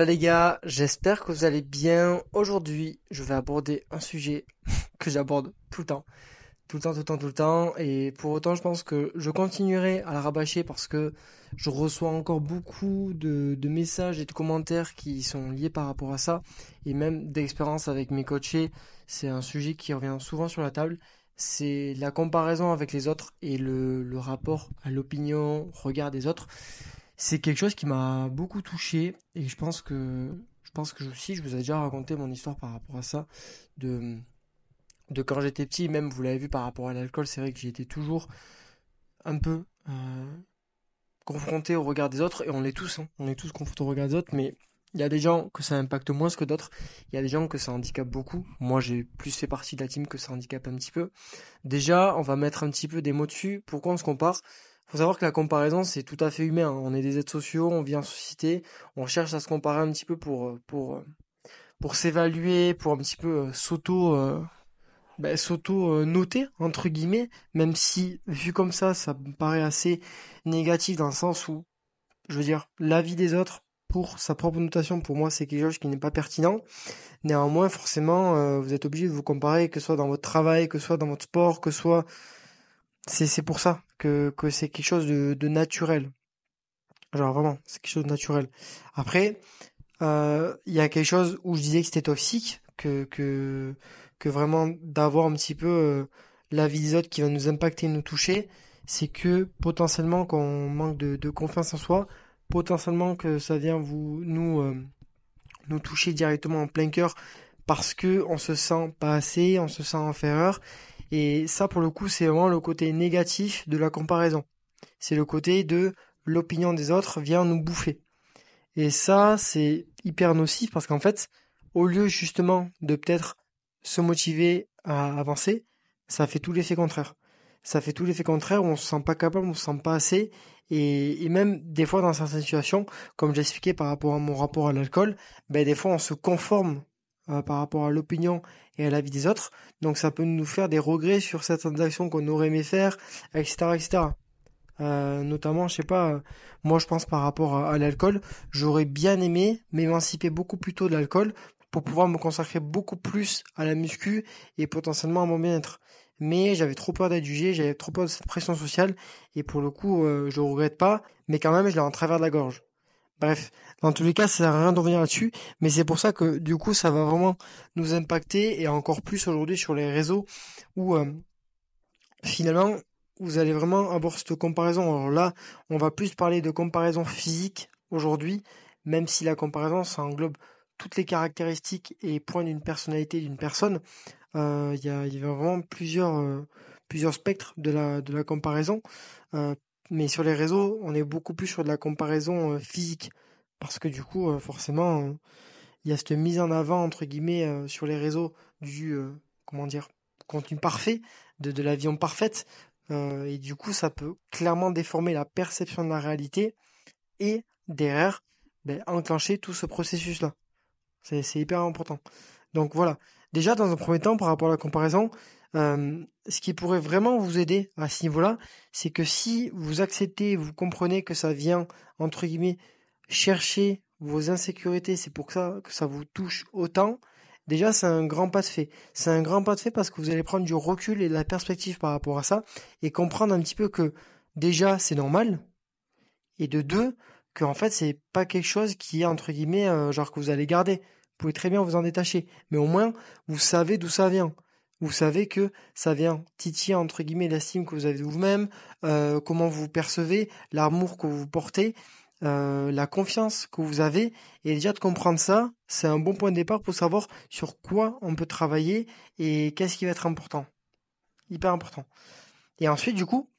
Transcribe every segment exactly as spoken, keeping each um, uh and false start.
Hola les gars, j'espère que vous allez bien. Aujourd'hui, je vais aborder un sujet que j'aborde tout le temps, tout le temps, tout le temps, tout le temps. Et pour autant, je pense que je continuerai à la rabâcher parce que je reçois encore beaucoup de, de messages et de commentaires qui sont liés par rapport à ça. Et même d'expérience avec mes coachés, c'est un sujet qui revient souvent sur la table. C'est la comparaison avec les autres et le, le rapport à l'opinion, au regard des autres. C'est quelque chose qui m'a beaucoup touché et je pense que je pense que aussi je vous ai déjà raconté mon histoire par rapport à ça de de quand j'étais petit, même vous l'avez vu par rapport à l'alcool, c'est vrai que j'ai été toujours un peu euh, confronté au regard des autres et on l'est tous, hein, on est tous confrontés au regard des autres, mais il y a des gens que ça impacte moins que d'autres, il y a des gens que ça handicape beaucoup. Moi, j'ai plus fait partie de la team que ça handicape un petit peu. Déjà, on va mettre un petit peu des mots dessus. Pourquoi on se compare? Faut savoir que la comparaison, c'est tout à fait humain, hein. On est des êtres sociaux, on vit en société, on cherche à se comparer un petit peu pour, euh, pour, euh, pour s'évaluer, pour un petit peu euh, s'auto, euh, ben, s'auto euh, noter, entre guillemets, même si, vu comme ça, ça me paraît assez négatif dans le sens où, je veux dire, l'avis des autres pour sa propre notation, pour moi, c'est quelque chose qui n'est pas pertinent. Néanmoins, forcément, euh, vous êtes obligé de vous comparer, que ce soit dans votre travail, que ce soit dans votre sport, que ce soit C'est, c'est pour ça que, que c'est quelque chose de, de naturel. Genre vraiment, c'est quelque chose de naturel. Après, euh, il y a quelque chose où je disais que c'était toxique, que, que, que vraiment d'avoir un petit peu euh, la vie des autres qui va nous impacter, nous toucher, c'est que potentiellement quand on manque de, de confiance en soi, potentiellement que ça vient vous nous euh, nous toucher directement en plein cœur parce que on se sent pas assez, on se sent inférieur. Et ça, pour le coup, c'est vraiment le côté négatif de la comparaison. C'est le côté de l'opinion des autres vient nous bouffer. Et ça, c'est hyper nocif parce qu'en fait, au lieu justement de peut-être se motiver à avancer, ça fait tout l'effet contraire. Ça fait tout l'effet contraire où on se sent pas capable, on se sent pas assez. Et, et même des fois dans certaines situations, comme j'expliquais par rapport à mon rapport à l'alcool, ben des fois on se conforme euh, par rapport à l'opinion et à l'avis des autres. Donc ça peut nous faire des regrets sur certaines actions qu'on aurait aimé faire, et cetera, et cetera. Euh, notamment, je sais pas, euh, moi je pense par rapport à, à l'alcool, j'aurais bien aimé m'émanciper beaucoup plus tôt de l'alcool pour pouvoir me consacrer beaucoup plus à la muscu et potentiellement à mon bien-être. Mais j'avais trop peur d'être jugé, j'avais trop peur de cette pression sociale et pour le coup, euh, je regrette pas, mais quand même, je l'ai en travers de la gorge. Bref, dans tous les cas, ça sert à rien de revenir là-dessus, mais c'est pour ça que du coup, ça va vraiment nous impacter et encore plus aujourd'hui sur les réseaux où euh, finalement, vous allez vraiment avoir cette comparaison. Alors là, on va plus parler de comparaison physique aujourd'hui, même si la comparaison, ça englobe toutes les caractéristiques et points d'une personnalité d'une personne. Euh, Il y a, il y a vraiment plusieurs, euh, plusieurs spectres de la, de la comparaison. Euh, mais sur les réseaux, on est beaucoup plus sur de la comparaison euh, physique. Parce que du coup, euh, forcément, euh, il y a cette mise en avant, entre guillemets, euh, sur les réseaux du, euh, comment dire, contenu parfait, de, de la vision parfaite. Euh, et du coup, ça peut clairement déformer la perception de la réalité et derrière, ben, enclencher tout ce processus-là. C'est, c'est hyper important. Donc voilà. Déjà, dans un premier temps, par rapport à la comparaison, euh, ce qui pourrait vraiment vous aider à ce niveau-là, c'est que si vous acceptez, vous comprenez que ça vient, entre guillemets, chercher vos insécurités, c'est pour ça que ça vous touche autant, déjà, c'est un grand pas de fait. C'est un grand pas de fait parce que vous allez prendre du recul et de la perspective par rapport à ça et comprendre un petit peu que déjà, c'est normal, et de deux, que en fait, c'est pas quelque chose qui est, entre guillemets, euh, genre que vous allez garder. Vous pouvez très bien vous en détacher. Mais au moins, vous savez d'où ça vient. Vous savez que ça vient titiller, entre guillemets, l'estime que vous avez de vous-même, euh, comment vous vous percevez, l'amour que vous portez, euh, la confiance que vous avez. Et déjà de comprendre ça, c'est un bon point de départ pour savoir sur quoi on peut travailler et qu'est-ce qui va être important. Hyper important. Et ensuite, du coup,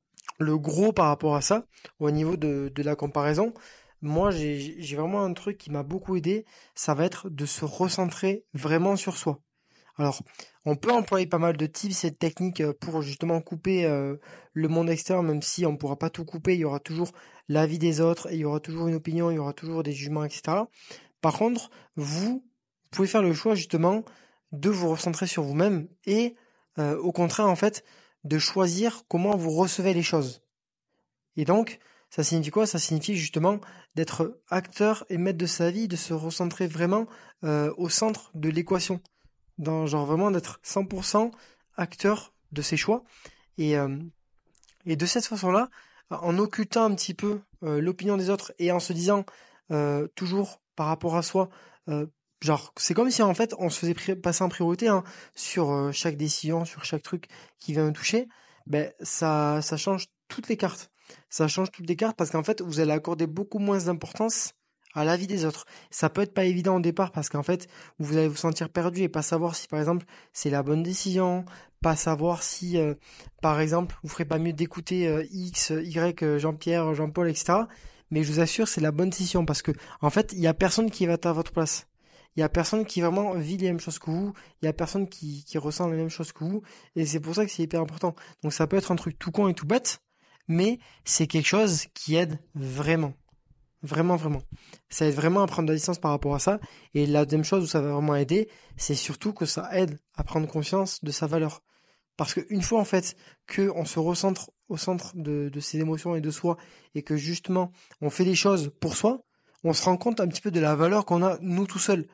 le gros par rapport à ça, au niveau de, de la comparaison, moi j'ai j'ai vraiment un truc qui m'a beaucoup aidé, ça va être de se recentrer vraiment sur soi. Alors, on peut employer pas mal de tips et de techniques euh, pour justement couper euh, le monde extérieur, même si on ne pourra pas tout couper, il y aura toujours l'avis des autres, et il y aura toujours une opinion, il y aura toujours des jugements, et cetera. Par contre, vous, vous pouvez faire le choix justement de vous recentrer sur vous-même et euh, au contraire en fait de choisir comment vous recevez les choses. Et donc, Ça signifie quoi? Ça signifie justement d'être acteur et maître de sa vie, de se recentrer vraiment euh, au centre de l'équation. Dans, genre vraiment d'être cent pour cent acteur de ses choix. Et, euh, et de cette façon-là, en occultant un petit peu euh, l'opinion des autres et en se disant euh, toujours par rapport à soi, euh, genre c'est comme si en fait on se faisait pri- passer en priorité hein, sur euh, chaque décision, sur chaque truc qui vient me toucher, ben ça, ça change toutes les cartes. Ça change toutes les cartes parce qu'en fait vous allez accorder beaucoup moins d'importance à la vie des autres. Ça peut être pas évident au départ parce qu'en fait vous allez vous sentir perdu et pas savoir si par exemple c'est la bonne décision, pas savoir si euh, par exemple, vous ferez pas mieux d'écouter euh, X, Y, euh, Jean-Pierre, Jean-Paul, et cetera. Mais je vous assure, c'est la bonne décision parce que, en fait, il y a personne qui va être à votre place. Il y a personne qui vraiment vit les mêmes choses que vous. Il y a personne qui, qui ressent les mêmes choses que vous. Et c'est pour ça que c'est hyper important. Donc ça peut être un truc tout con et tout bête, mais c'est quelque chose qui aide vraiment. Vraiment, vraiment. Ça aide vraiment à prendre de la distance par rapport à ça. Et la deuxième chose où ça va vraiment aider, c'est surtout que ça aide à prendre conscience de sa valeur. Parce qu'une fois en fait que on se recentre au centre de, de ses émotions et de soi et que justement on fait des choses pour soi, on se rend compte un petit peu de la valeur qu'on a nous tout seuls.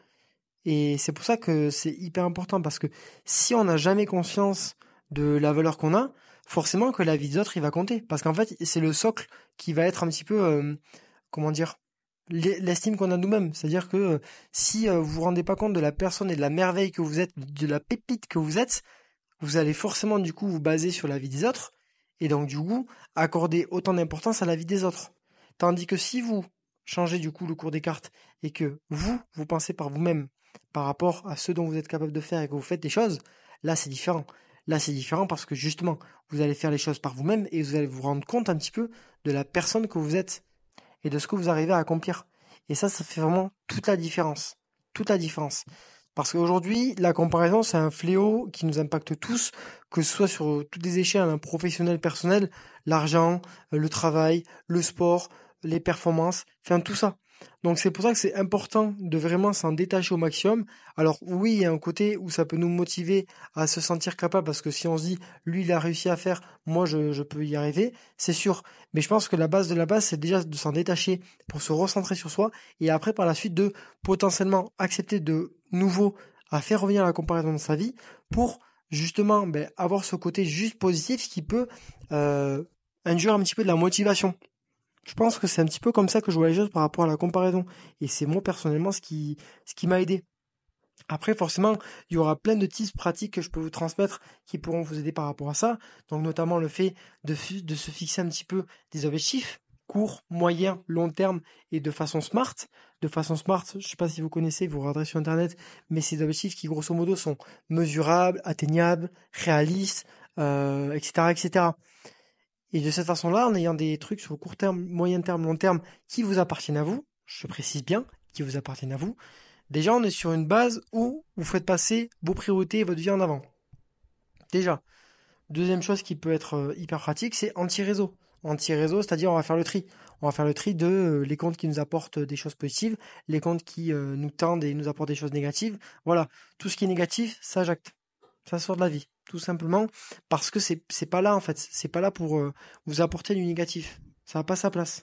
Et c'est pour ça que c'est hyper important parce que si on n'a jamais conscience de la valeur qu'on a, forcément que la vie des autres il va compter. Parce qu'en fait c'est le socle qui va être un petit peu, euh, comment dire, l'e- l'estime qu'on a de nous-mêmes. C'est-à-dire que euh, si euh, vous vous rendez pas compte de la personne et de la merveille que vous êtes, de la pépite que vous êtes, vous allez forcément du coup vous baser sur la vie des autres et donc du coup accorder autant d'importance à la vie des autres. Tandis que si vous changez du coup le cours des cartes et que vous, vous pensez par vous-même par rapport à ce dont vous êtes capable de faire et que vous faites des choses, là c'est différent. Là c'est différent parce que justement vous allez faire les choses par vous-même et vous allez vous rendre compte un petit peu de la personne que vous êtes et de ce que vous arrivez à accomplir. Et ça, ça fait vraiment toute la différence. Toute la différence. Parce qu'aujourd'hui, la comparaison, c'est un fléau qui nous impacte tous, que ce soit sur toutes les échelles, hein, professionnelles, personnelles, l'argent, euh, le travail, le sport, les performances, enfin tout ça. Donc c'est pour ça que c'est important de vraiment s'en détacher au maximum. Alors oui, il y a un côté où ça peut nous motiver à se sentir capable, parce que si on se dit, lui, il a réussi à faire, moi, je, je peux y arriver, c'est sûr. Mais je pense que la base de la base, c'est déjà de s'en détacher pour se recentrer sur soi, et après, par la suite, de potentiellement accepter de nouveau à faire revenir la comparaison de sa vie pour justement ben, avoir ce côté juste positif qui peut euh, induire un petit peu de la motivation. Je pense que c'est un petit peu comme ça que je vois les choses par rapport à la comparaison. Et c'est moi personnellement ce qui, ce qui m'a aidé. Après, forcément, il y aura plein de tips pratiques que je peux vous transmettre qui pourront vous aider par rapport à ça. Donc, notamment le fait de, fi- de se fixer un petit peu des objectifs, court, moyen, long terme et de façon smart. De façon smart, je ne sais pas si vous connaissez, vous regarderez sur Internet, mais ces objectifs qui, grosso modo, sont mesurables, atteignables, réalistes, euh, et cetera, et cetera. Et de cette façon-là, en ayant des trucs sur le court terme, moyen terme, long terme, qui vous appartiennent à vous, je précise bien, qui vous appartiennent à vous, déjà on est sur une base où vous faites passer vos priorités et votre vie en avant. Déjà. Deuxième chose qui peut être euh, hyper pratique, c'est anti-réseau. Anti-réseau, c'est-à-dire on va faire le tri. On va faire le tri de euh, les comptes qui nous apportent des choses positives, les comptes qui euh, nous tendent et nous apportent des choses négatives. Voilà, tout ce qui est négatif, ça j'acte. Ça sort de la vie, tout simplement parce que c'est c'est pas là en fait. C'est pas là pour euh, vous apporter du négatif. Ça n'a pas sa place.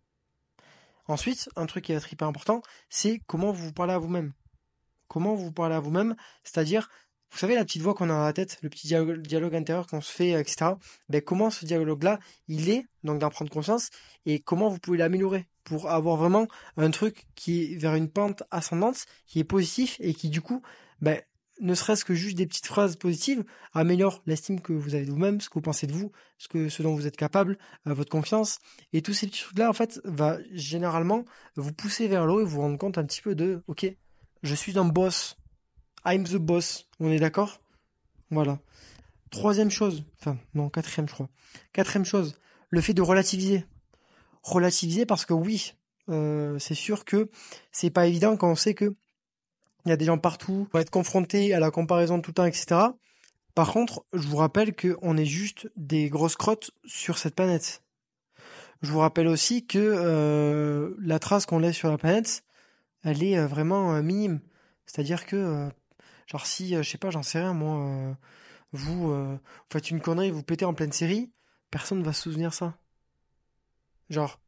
Ensuite, un truc qui va être hyper important, c'est comment vous vous parlez à vous-même. Comment vous parlez à vous-même, c'est-à-dire, vous savez, la petite voix qu'on a dans la tête, le petit dialogue, dialogue intérieur qu'on se fait, et cetera. Ben, comment ce dialogue-là, il est, donc d'en prendre conscience, et comment vous pouvez l'améliorer pour avoir vraiment un truc qui est vers une pente ascendante, qui est positif, et qui du coup, ben, ne serait-ce que juste des petites phrases positives, améliore l'estime que vous avez de vous-même, ce que vous pensez de vous, ce que, ce dont vous êtes capable, euh, votre confiance, et tous ces petits trucs-là, en fait, va généralement vous pousser vers l'eau et vous rendre compte un petit peu de, ok, je suis un boss. I'm the boss. On est d'accord? Voilà. Troisième chose. Enfin, non, quatrième, je crois. Quatrième chose. Le fait de relativiser. Relativiser parce que oui, euh, c'est sûr que c'est pas évident quand on sait que il y a des gens partout, on va être confrontés à la comparaison tout le temps, et cetera. Par contre, je vous rappelle qu'on est juste des grosses crottes sur cette planète. Je vous rappelle aussi que euh, la trace qu'on laisse sur la planète, elle est euh, vraiment euh, minime. C'est-à-dire que euh, genre si, euh, je sais pas, j'en sais rien, moi, euh, vous, euh, vous faites une connerie, vous pétez en pleine série, personne ne va se souvenir ça. Genre,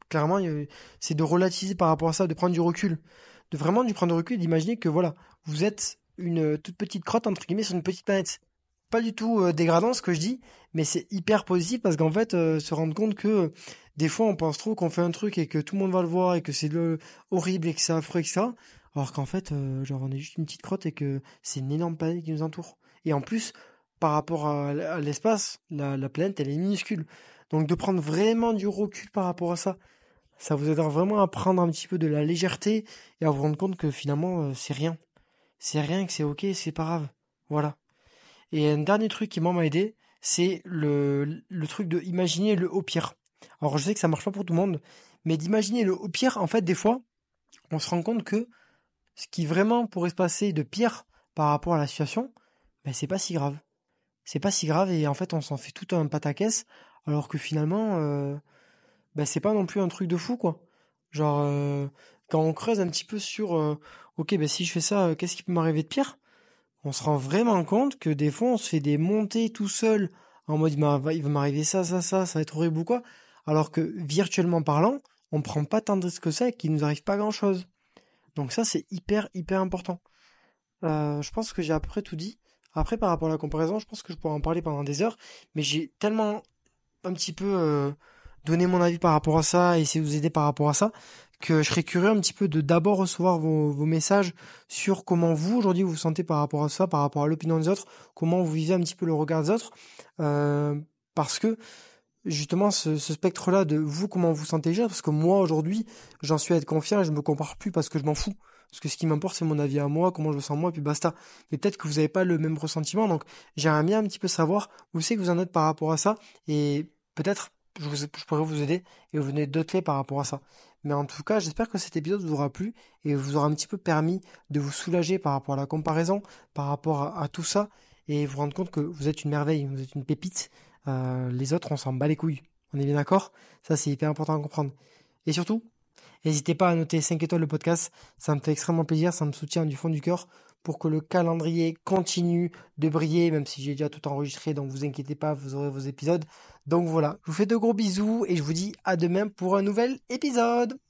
clairement, euh, c'est de relativiser par rapport à ça, de prendre du recul. De vraiment du prendre du recul, d'imaginer que voilà, vous êtes une euh, toute petite crotte, entre guillemets, sur une petite planète. Pas du tout euh, dégradant ce que je dis, mais c'est hyper positif parce qu'en fait, euh, se rendre compte que euh, des fois, on pense trop qu'on fait un truc et que tout le monde va le voir et que c'est le horrible et que c'est affreux et que ça. Alors qu'en fait, euh, genre, on est juste une petite crotte et que c'est une énorme planète qui nous entoure. Et en plus, par rapport à, l- à l'espace, la, la planète, elle est minuscule. Donc de prendre vraiment du recul par rapport à ça, ça vous aidera vraiment à prendre un petit peu de la légèreté et à vous rendre compte que finalement, euh, c'est rien. C'est rien, que c'est ok, c'est pas grave. Voilà. Et un dernier truc qui moi m'a aidé, c'est le, le truc de imaginer le au pire. Alors je sais que ça marche pas pour tout le monde, mais d'imaginer le au pire, en fait, des fois, on se rend compte que ce qui vraiment pourrait se passer de pire par rapport à la situation, ben c'est pas si grave. C'est pas si grave et en fait on s'en fait tout un pataquès, alors que finalement, euh, ben c'est pas non plus un truc de fou quoi. Genre, euh, quand on creuse un petit peu sur, euh, ok, ben si je fais ça, euh, qu'est-ce qui peut m'arriver de pire? On se rend vraiment compte que des fois, on se fait des montées tout seul, en mode, il m'a- il va m'arriver ça, ça, ça, ça va être horrible ou quoi. Alors que, virtuellement parlant, on prend pas tant de risques que ça et qu'il nous arrive pas grand-chose. Donc ça, c'est hyper, hyper important. Euh, je pense que j'ai à peu près tout dit. Après, par rapport à la comparaison, je pense que je pourrais en parler pendant des heures, mais j'ai tellement un petit peu euh, donné mon avis par rapport à ça et essayer de vous aider par rapport à ça, que je serais curieux un petit peu de d'abord recevoir vos, vos messages sur comment vous, aujourd'hui, vous vous sentez par rapport à ça, par rapport à l'opinion des autres, comment vous vivez un petit peu le regard des autres, euh, parce que justement, ce, ce spectre-là de vous, comment vous sentez déjà, parce que moi, aujourd'hui, j'en suis à être confiant et je me compare plus parce que je m'en fous. Parce que ce qui m'importe, c'est mon avis à moi, comment je me sens moi, et puis basta. Mais peut-être que vous n'avez pas le même ressentiment, donc j'aimerais bien un petit peu savoir où c'est que vous en êtes par rapport à ça, et peut-être je, vous- je pourrais vous aider et vous donner d'autres clés par rapport à ça. Mais en tout cas, j'espère que cet épisode vous aura plu et vous aura un petit peu permis de vous soulager par rapport à la comparaison, par rapport à, à tout ça, et vous rendre compte que vous êtes une merveille, vous êtes une pépite. Euh, les autres, on s'en bat les couilles. On est bien d'accord? Ça, c'est hyper important à comprendre. Et surtout, n'hésitez pas à noter cinq étoiles le podcast. Ça me fait extrêmement plaisir. Ça me soutient du fond du cœur pour que le calendrier continue de briller, même si j'ai déjà tout enregistré. Donc, vous inquiétez pas, vous aurez vos épisodes. Donc voilà, je vous fais de gros bisous et je vous dis à demain pour un nouvel épisode.